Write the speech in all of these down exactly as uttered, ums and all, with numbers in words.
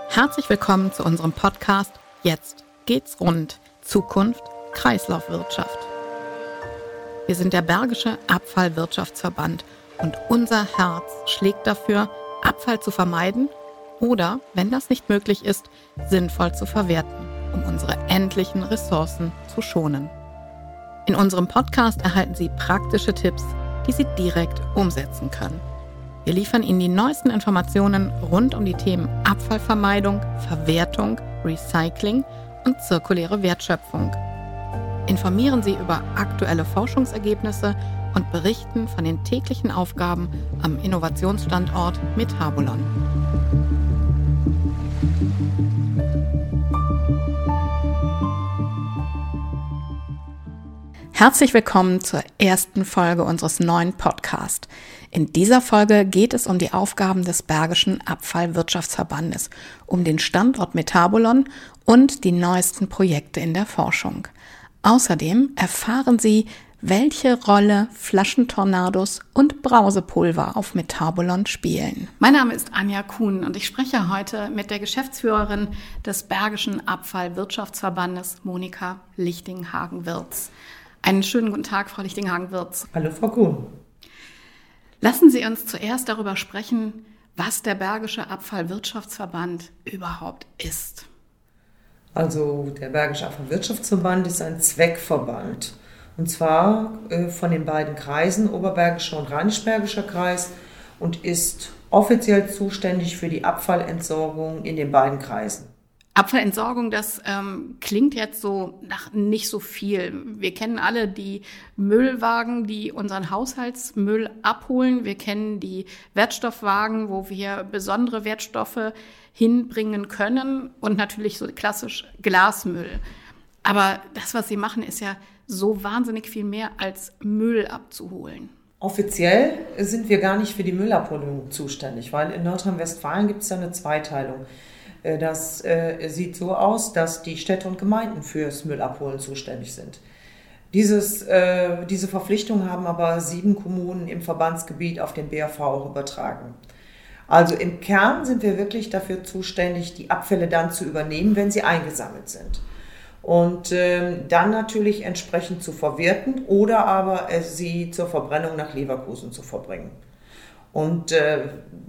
Herzlich willkommen zu unserem Podcast Jetzt geht's rund. Zukunft Kreislaufwirtschaft. Wir sind der Bergische Abfallwirtschaftsverband und unser Herz schlägt dafür, Abfall zu vermeiden oder, wenn das nicht möglich ist, sinnvoll zu verwerten, um unsere endlichen Ressourcen zu schonen. In unserem Podcast erhalten Sie praktische Tipps, die Sie direkt umsetzen können. Wir liefern Ihnen die neuesten Informationen rund um die Themen Abfallvermeidung, Verwertung, Recycling und zirkuläre Wertschöpfung. Informieren Sie über aktuelle Forschungsergebnisse und berichten von den täglichen Aufgaben am Innovationsstandort Metabolon. Herzlich willkommen zur ersten Folge unseres neuen Podcasts. In dieser Folge geht es um die Aufgaben des Bergischen Abfallwirtschaftsverbandes, um den Standort Metabolon und die neuesten Projekte in der Forschung. Außerdem erfahren Sie, welche Rolle Flaschentornados und Brausepulver auf Metabolon spielen. Mein Name ist Anja Kuhn und ich spreche heute mit der Geschäftsführerin des Bergischen Abfallwirtschaftsverbandes, Monika Lichtinghagen-Wirz. Einen schönen guten Tag, Frau Lichtinghagen-Wirz. Hallo, Frau Kuhn. Lassen Sie uns zuerst darüber sprechen, was der Bergische Abfallwirtschaftsverband überhaupt ist. Also der Bergische Abfallwirtschaftsverband ist ein Zweckverband. Und zwar äh, von den beiden Kreisen, Oberbergischer und Rheinisch-Bergischer Kreis, und ist offiziell zuständig für die Abfallentsorgung in den beiden Kreisen. Abfallentsorgung, das ähm, klingt jetzt so nach nicht so viel. Wir kennen alle die Müllwagen, die unseren Haushaltsmüll abholen. Wir kennen die Wertstoffwagen, wo wir besondere Wertstoffe hinbringen können und natürlich so klassisch Glasmüll. Aber das, was Sie machen, ist ja so wahnsinnig viel mehr als Müll abzuholen. Offiziell sind wir gar nicht für die Müllabholung zuständig, weil in Nordrhein-Westfalen gibt es ja eine Zweiteilung. Das äh, sieht so aus, dass die Städte und Gemeinden fürs Müllabholen zuständig sind. Dieses, äh, diese Verpflichtung haben aber sieben Kommunen im Verbandsgebiet auf den B A V auch übertragen. Also im Kern sind wir wirklich dafür zuständig, die Abfälle dann zu übernehmen, wenn sie eingesammelt sind. Und äh, dann natürlich entsprechend zu verwerten oder aber äh, sie zur Verbrennung nach Leverkusen zu verbringen. Und äh,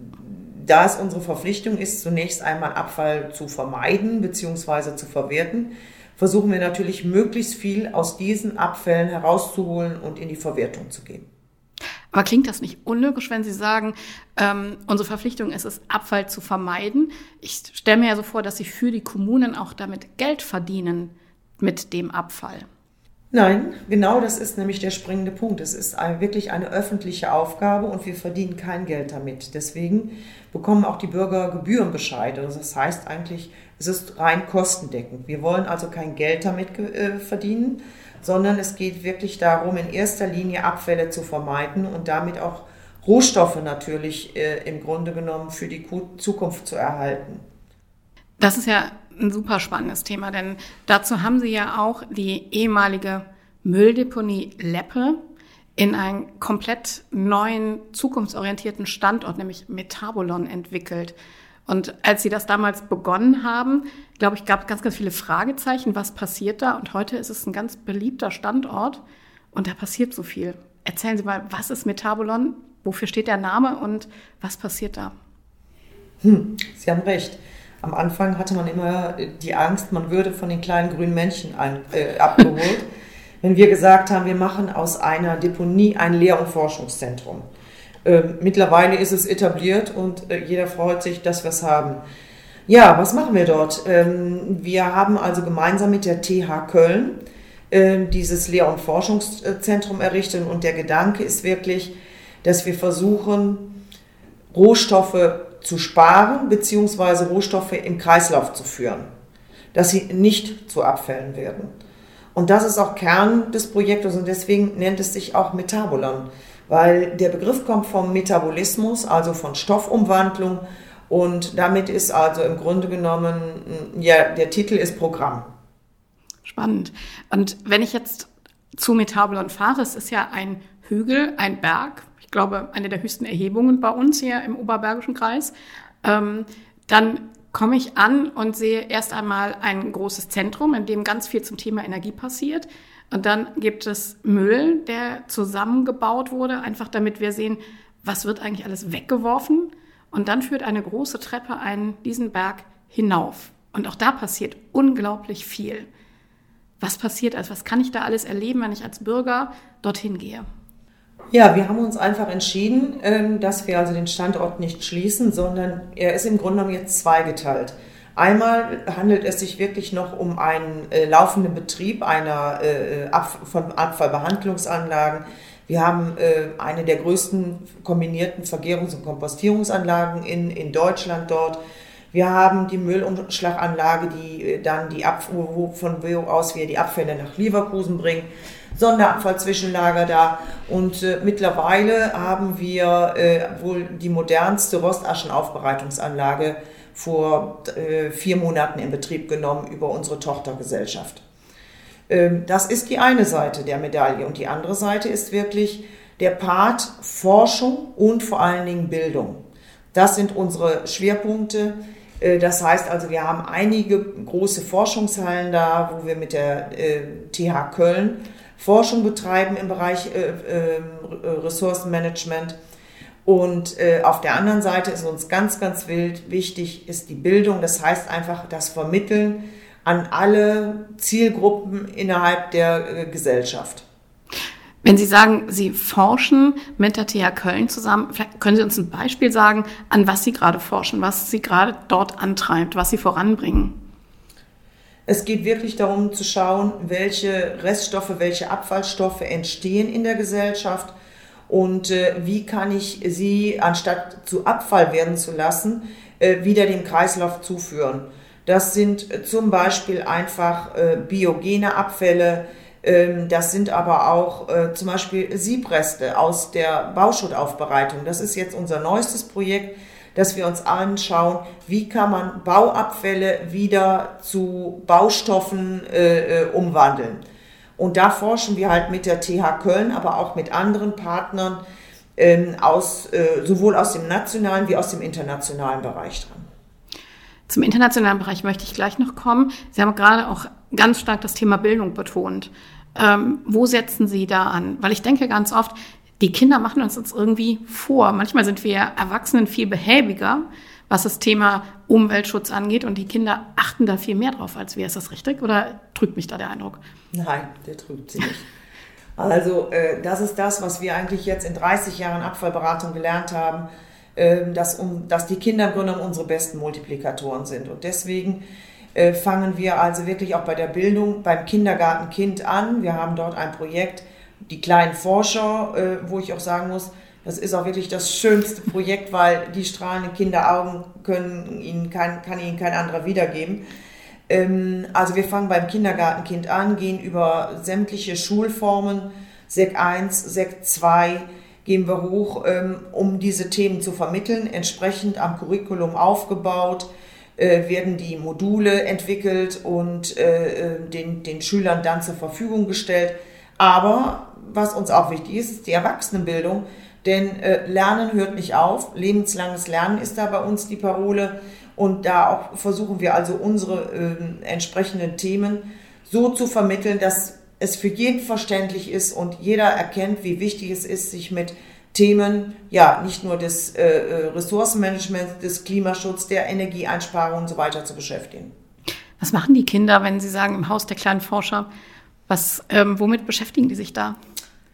Da es unsere Verpflichtung ist, zunächst einmal Abfall zu vermeiden bzw. zu verwerten, versuchen wir natürlich möglichst viel aus diesen Abfällen herauszuholen und in die Verwertung zu geben. Aber klingt das nicht unlogisch, wenn Sie sagen, ähm, unsere Verpflichtung ist es, Abfall zu vermeiden? Ich stelle mir ja so vor, dass Sie für die Kommunen auch damit Geld verdienen mit dem Abfall. Nein, genau das ist nämlich der springende Punkt. Es ist ein, wirklich eine öffentliche Aufgabe und wir verdienen kein Geld damit. Deswegen bekommen auch die Bürger Gebührenbescheide. Das heißt eigentlich, es ist rein kostendeckend. Wir wollen also kein Geld damit äh, verdienen, sondern es geht wirklich darum, in erster Linie Abfälle zu vermeiden und damit auch Rohstoffe natürlich äh, im Grunde genommen für die Zukunft zu erhalten. Das ist ja ein super spannendes Thema, denn dazu haben Sie ja auch die ehemalige Mülldeponie Leppe in einen komplett neuen, zukunftsorientierten Standort, nämlich Metabolon, entwickelt. Und als Sie das damals begonnen haben, glaube ich, gab es ganz, ganz viele Fragezeichen, was passiert da? Und heute ist es ein ganz beliebter Standort und da passiert so viel. Erzählen Sie mal, was ist Metabolon? Wofür steht der Name und was passiert da? Hm, Sie haben recht. Am Anfang hatte man immer die Angst, man würde von den kleinen grünen Männchen ein, äh, abgeholt, wenn wir gesagt haben, wir machen aus einer Deponie ein Lehr- und Forschungszentrum. Ähm, mittlerweile ist es etabliert und äh, jeder freut sich, dass wir es haben. Ja, was machen wir dort? Ähm, wir haben also gemeinsam mit der T H Köln äh, dieses Lehr- und Forschungszentrum errichtet und der Gedanke ist wirklich, dass wir versuchen, Rohstoffe zu sparen bzw. Rohstoffe im Kreislauf zu führen, dass sie nicht zu Abfällen werden. Und das ist auch Kern des Projektes und deswegen nennt es sich auch Metabolon, weil der Begriff kommt vom Metabolismus, also von Stoffumwandlung und damit ist also im Grunde genommen, ja, der Titel ist Programm. Spannend. Und wenn ich jetzt zu Metabolon fahre, es ist ja ein Hügel, ein Berg, ich glaube, eine der höchsten Erhebungen bei uns hier im Oberbergischen Kreis, ähm, dann komme ich an und sehe erst einmal ein großes Zentrum, in dem ganz viel zum Thema Energie passiert. Und dann gibt es Müll, der zusammengebaut wurde, einfach damit wir sehen, was wird eigentlich alles weggeworfen. Und dann führt eine große Treppe einen diesen Berg hinauf. Und auch da passiert unglaublich viel. Was passiert also? Was kann ich da alles erleben, wenn ich als Bürger dorthin gehe? Ja, wir haben uns einfach entschieden, dass wir also den Standort nicht schließen, sondern er ist im Grunde genommen jetzt zweigeteilt. Einmal handelt es sich wirklich noch um einen äh, laufenden Betrieb einer äh, Ab- von Abfallbehandlungsanlagen. Wir haben äh, eine der größten kombinierten Vergärungs- und Kompostierungsanlagen in, in Deutschland dort. Wir haben die Müllumschlaganlage, die äh, dann die Abfuhr, von wo aus wir die Abfälle nach Leverkusen bringen. Sonderabfallzwischenlager da und äh, mittlerweile haben wir äh, wohl die modernste Rostaschenaufbereitungsanlage vor äh, vier Monaten in Betrieb genommen über unsere Tochtergesellschaft. Ähm, das ist die eine Seite der Medaille und die andere Seite ist wirklich der Part Forschung und vor allen Dingen Bildung. Das sind unsere Schwerpunkte. Äh, das heißt also, wir haben einige große Forschungshallen da, wo wir mit der äh, T H Köln Forschung betreiben im Bereich äh, äh, Ressourcenmanagement. Und äh, auf der anderen Seite ist uns ganz, ganz wild, wichtig ist die Bildung. Das heißt einfach das Vermitteln an alle Zielgruppen innerhalb der äh, Gesellschaft. Wenn Sie sagen, Sie forschen mit der T H Köln zusammen, vielleicht können Sie uns ein Beispiel sagen, an was Sie gerade forschen, was Sie gerade dort antreibt, was Sie voranbringen. Es geht wirklich darum zu schauen, welche Reststoffe, welche Abfallstoffe entstehen in der Gesellschaft und äh, wie kann ich sie, anstatt zu Abfall werden zu lassen, äh, wieder dem Kreislauf zuführen. Das sind äh, zum Beispiel einfach äh, biogene Abfälle, äh, das sind aber auch äh, zum Beispiel Siebreste aus der Bauschuttaufbereitung. Das ist jetzt unser neuestes Projekt, dass wir uns anschauen, wie kann man Bauabfälle wieder zu Baustoffen äh, umwandeln. Und da forschen wir halt mit der T H Köln, aber auch mit anderen Partnern ähm, aus, äh, sowohl aus dem nationalen wie aus dem internationalen Bereich dran. Zum internationalen Bereich möchte ich gleich noch kommen. Sie haben gerade auch ganz stark das Thema Bildung betont. Ähm, wo setzen Sie da an? Weil ich denke ganz oft, die Kinder machen uns das irgendwie vor. Manchmal sind wir Erwachsenen viel behäbiger, was das Thema Umweltschutz angeht. Und die Kinder achten da viel mehr drauf als wir. Ist das richtig oder trügt mich da der Eindruck? Nein, der trügt sie nicht. Also äh, das ist das, was wir eigentlich jetzt in dreißig Jahren Abfallberatung gelernt haben, äh, dass, um, dass die Kinder im Grunde genommen unsere besten Multiplikatoren sind. Und deswegen äh, fangen wir also wirklich auch bei der Bildung beim Kindergartenkind an. Wir haben dort ein Projekt, die kleinen Forscher, äh, wo ich auch sagen muss, das ist auch wirklich das schönste Projekt, weil die strahlenden Kinderaugen können ihnen kein, kann ihnen kein anderer wiedergeben. Ähm, also wir fangen beim Kindergartenkind an, gehen über sämtliche Schulformen, Sek eins, Sek zwei, gehen wir hoch, ähm, um diese Themen zu vermitteln, entsprechend am Curriculum aufgebaut, äh, werden die Module entwickelt und äh, den, den Schülern dann zur Verfügung gestellt. Aber was uns auch wichtig ist, ist die Erwachsenenbildung, denn äh, Lernen hört nicht auf, lebenslanges Lernen ist da bei uns die Parole und da auch versuchen wir also unsere äh, entsprechenden Themen so zu vermitteln, dass es für jeden verständlich ist und jeder erkennt, wie wichtig es ist, sich mit Themen, ja, nicht nur des äh, Ressourcenmanagements, des Klimaschutzes, der Energieeinsparung und so weiter zu beschäftigen. Was machen die Kinder, wenn Sie sagen, im Haus der kleinen Forscher? Was, ähm, womit beschäftigen die sich da?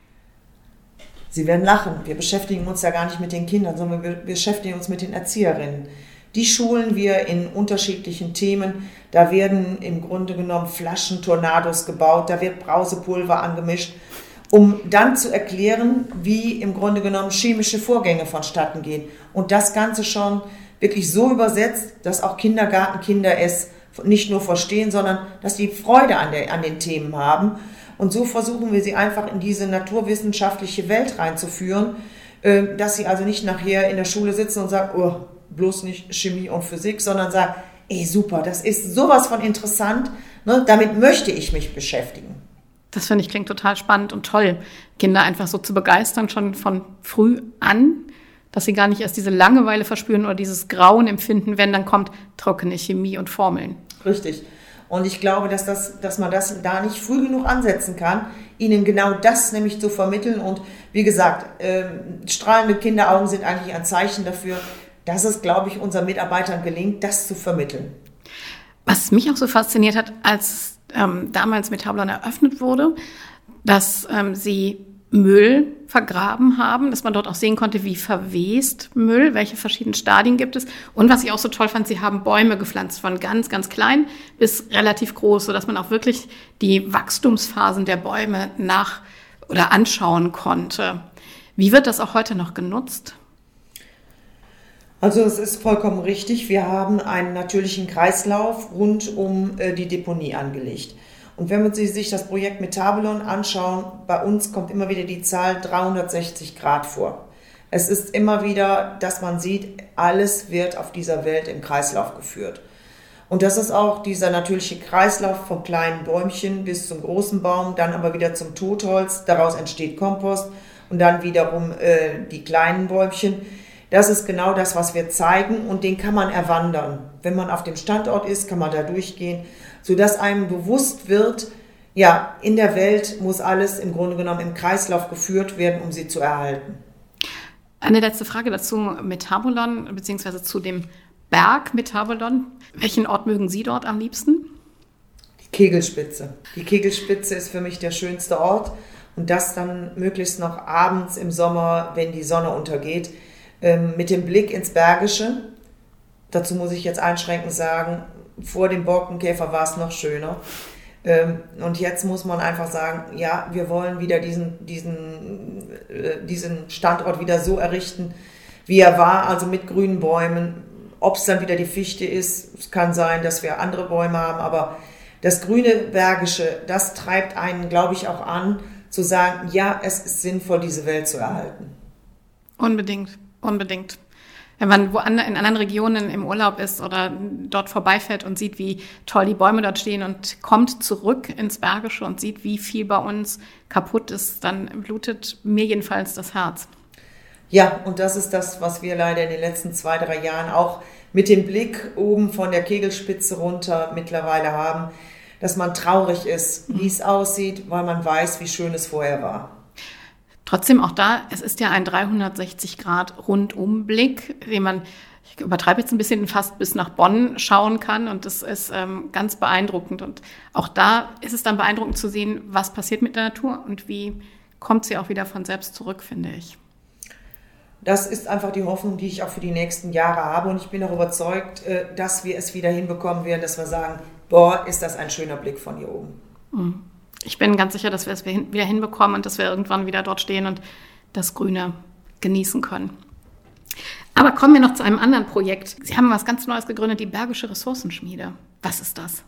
Sie werden lachen. Wir beschäftigen uns ja gar nicht mit den Kindern, sondern wir beschäftigen uns mit den Erzieherinnen. Die schulen wir in unterschiedlichen Themen. Da werden im Grunde genommen Flaschentornados gebaut, da wird Brausepulver angemischt, um dann zu erklären, wie im Grunde genommen chemische Vorgänge vonstatten gehen. Und das Ganze schon wirklich so übersetzt, dass auch Kindergartenkinder es nicht nur verstehen, sondern dass sie Freude an, der, an den Themen haben. Und so versuchen wir sie einfach in diese naturwissenschaftliche Welt reinzuführen, dass sie also nicht nachher in der Schule sitzen und sagen, oh, bloß nicht Chemie und Physik, sondern sagen, ey super, das ist sowas von interessant, ne, damit möchte ich mich beschäftigen. Das finde ich klingt total spannend und toll, Kinder einfach so zu begeistern, schon von früh an. dass sie gar nicht erst diese Langeweile verspüren oder dieses Grauen empfinden, wenn dann kommt trockene Chemie und Formeln. Richtig. Und ich glaube, dass, das, dass man das da nicht früh genug ansetzen kann, ihnen genau das nämlich zu vermitteln. Und wie gesagt, äh, strahlende Kinderaugen sind eigentlich ein Zeichen dafür, dass es, glaube ich, unseren Mitarbeitern gelingt, das zu vermitteln. Was mich auch so fasziniert hat, als ähm, damals Metabolon eröffnet wurde, dass ähm, sie Müll vergraben haben, dass man dort auch sehen konnte, wie verwest Müll, welche verschiedenen Stadien gibt es. Und was ich auch so toll fand, sie haben Bäume gepflanzt, von ganz, ganz klein bis relativ groß, sodass man auch wirklich die Wachstumsphasen der Bäume nach oder anschauen konnte. Wie wird das auch heute noch genutzt? Also es ist vollkommen richtig. Wir haben einen natürlichen Kreislauf rund um äh, die Deponie angelegt. Und wenn Sie sich das Projekt Metabolon anschauen, bei uns kommt immer wieder die Zahl dreihundertsechzig Grad vor. Es ist immer wieder, dass man sieht, alles wird auf dieser Welt im Kreislauf geführt. Und das ist auch dieser natürliche Kreislauf vom kleinen Bäumchen bis zum großen Baum, dann aber wieder zum Totholz, daraus entsteht Kompost und dann wiederum äh, die kleinen Bäumchen. Das ist genau das, was wir zeigen und den kann man erwandern. Wenn man auf dem Standort ist, kann man da durchgehen, sodass einem bewusst wird, ja, in der Welt muss alles im Grunde genommen im Kreislauf geführt werden, um sie zu erhalten. Eine letzte Frage dazu, Metabolon, beziehungsweise zu dem Berg Metabolon. Welchen Ort mögen Sie dort am liebsten? Die Kegelspitze. Die Kegelspitze ist für mich der schönste Ort und das dann möglichst noch abends im Sommer, wenn die Sonne untergeht, mit dem Blick ins Bergische. Dazu muss ich jetzt einschränkend sagen, vor dem Borkenkäfer war es noch schöner. Und jetzt muss man einfach sagen, ja, wir wollen wieder diesen, diesen, diesen Standort wieder so errichten, wie er war, also mit grünen Bäumen. Ob es dann wieder die Fichte ist, es kann sein, dass wir andere Bäume haben, aber das grüne Bergische, das treibt einen, glaube ich, auch an, zu sagen, ja, es ist sinnvoll, diese Welt zu erhalten. Unbedingt, unbedingt. Wenn man woanders in anderen Regionen im Urlaub ist oder dort vorbeifährt und sieht, wie toll die Bäume dort stehen und kommt zurück ins Bergische und sieht, wie viel bei uns kaputt ist, dann blutet mir jedenfalls das Herz. Ja, und das ist das, was wir leider in den letzten zwei, drei Jahren auch mit dem Blick oben von der Kegelspitze runter mittlerweile haben, dass man traurig ist, wie es aussieht, weil man weiß, wie schön es vorher war. Trotzdem auch da, es ist ja ein dreihundertsechzig Grad Rundumblick, den man, ich übertreibe jetzt ein bisschen, fast bis nach Bonn schauen kann und das ist ähm, ganz beeindruckend. Und auch da ist es dann beeindruckend zu sehen, was passiert mit der Natur und wie kommt sie auch wieder von selbst zurück, finde ich. Das ist einfach die Hoffnung, die ich auch für die nächsten Jahre habe und ich bin auch überzeugt, dass wir es wieder hinbekommen werden, dass wir sagen, boah, ist das ein schöner Blick von hier oben. Mhm. Ich bin ganz sicher, dass wir es wieder hinbekommen und dass wir irgendwann wieder dort stehen und das Grüne genießen können. Aber kommen wir noch zu einem anderen Projekt. Sie haben was ganz Neues gegründet, die Bergische Ressourcenschmiede. Was ist das?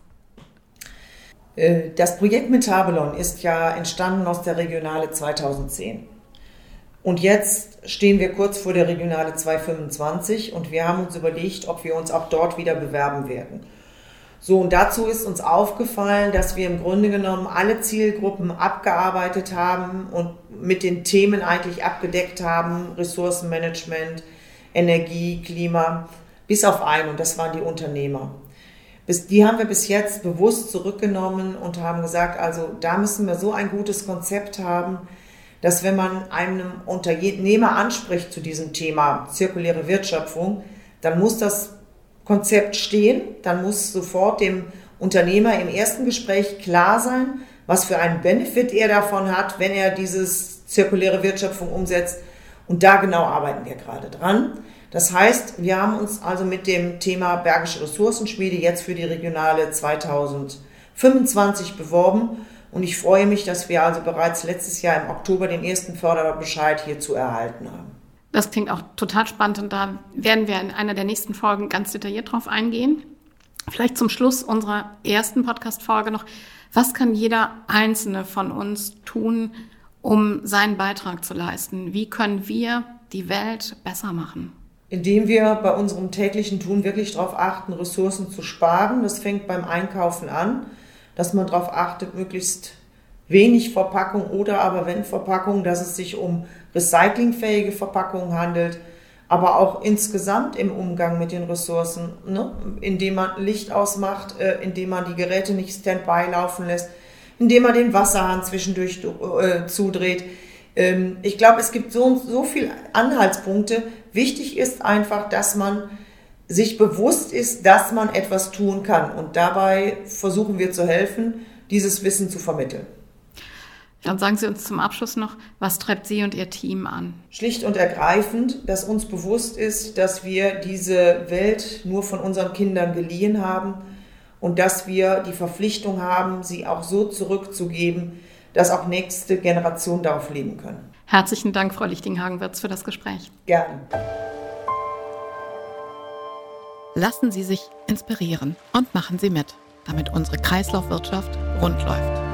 Das Projekt Metabolon ist ja entstanden aus der Regionale zweitausendzehn. Und jetzt stehen wir kurz vor der Regionale zweitausendfünfundzwanzig und wir haben uns überlegt, ob wir uns auch dort wieder bewerben werden. So, und dazu ist uns aufgefallen, dass wir im Grunde genommen alle Zielgruppen abgearbeitet haben und mit den Themen eigentlich abgedeckt haben, Ressourcenmanagement, Energie, Klima, bis auf einen, und das waren die Unternehmer. Bis, die haben wir bis jetzt bewusst zurückgenommen und haben gesagt, also da müssen wir so ein gutes Konzept haben, dass wenn man einem Unternehmer anspricht zu diesem Thema zirkuläre Wertschöpfung, dann muss das Konzept stehen, dann muss sofort dem Unternehmer im ersten Gespräch klar sein, was für einen Benefit er davon hat, wenn er dieses zirkuläre Wertschöpfung umsetzt. Und da genau arbeiten wir gerade dran. Das heißt, wir haben uns also mit dem Thema Bergische Ressourcenschmiede jetzt für die Regionale zweitausendfünfundzwanzig beworben. Und ich freue mich, dass wir also bereits letztes Jahr im Oktober den ersten Förderbescheid hierzu erhalten haben. Das klingt auch total spannend und da werden wir in einer der nächsten Folgen ganz detailliert drauf eingehen. Vielleicht zum Schluss unserer ersten Podcast-Folge noch. Was kann jeder Einzelne von uns tun, um seinen Beitrag zu leisten? Wie können wir die Welt besser machen? Indem wir bei unserem täglichen Tun wirklich darauf achten, Ressourcen zu sparen. Das fängt beim Einkaufen an, dass man darauf achtet, möglichst wenig Verpackung oder aber wenn Verpackung, dass es sich um recyclingfähige Verpackungen handelt. aber auch insgesamt im Umgang mit den Ressourcen, ne? Indem man Licht ausmacht, äh, indem man die Geräte nicht Standby laufen lässt, indem man den Wasserhahn zwischendurch äh, zudreht. Ähm, ich glaube, es gibt so, so viele Anhaltspunkte. Wichtig ist einfach, dass man sich bewusst ist, dass man etwas tun kann. Und dabei versuchen wir zu helfen, dieses Wissen zu vermitteln. Dann sagen Sie uns zum Abschluss noch, was treibt Sie und Ihr Team an? Schlicht und ergreifend, dass uns bewusst ist, dass wir diese Welt nur von unseren Kindern geliehen haben und dass wir die Verpflichtung haben, sie auch so zurückzugeben, dass auch nächste Generationen darauf leben können. Herzlichen Dank, Frau Lichting-Hagenwirtz, für das Gespräch. Gerne. Lassen Sie sich inspirieren und machen Sie mit, damit unsere Kreislaufwirtschaft rund läuft.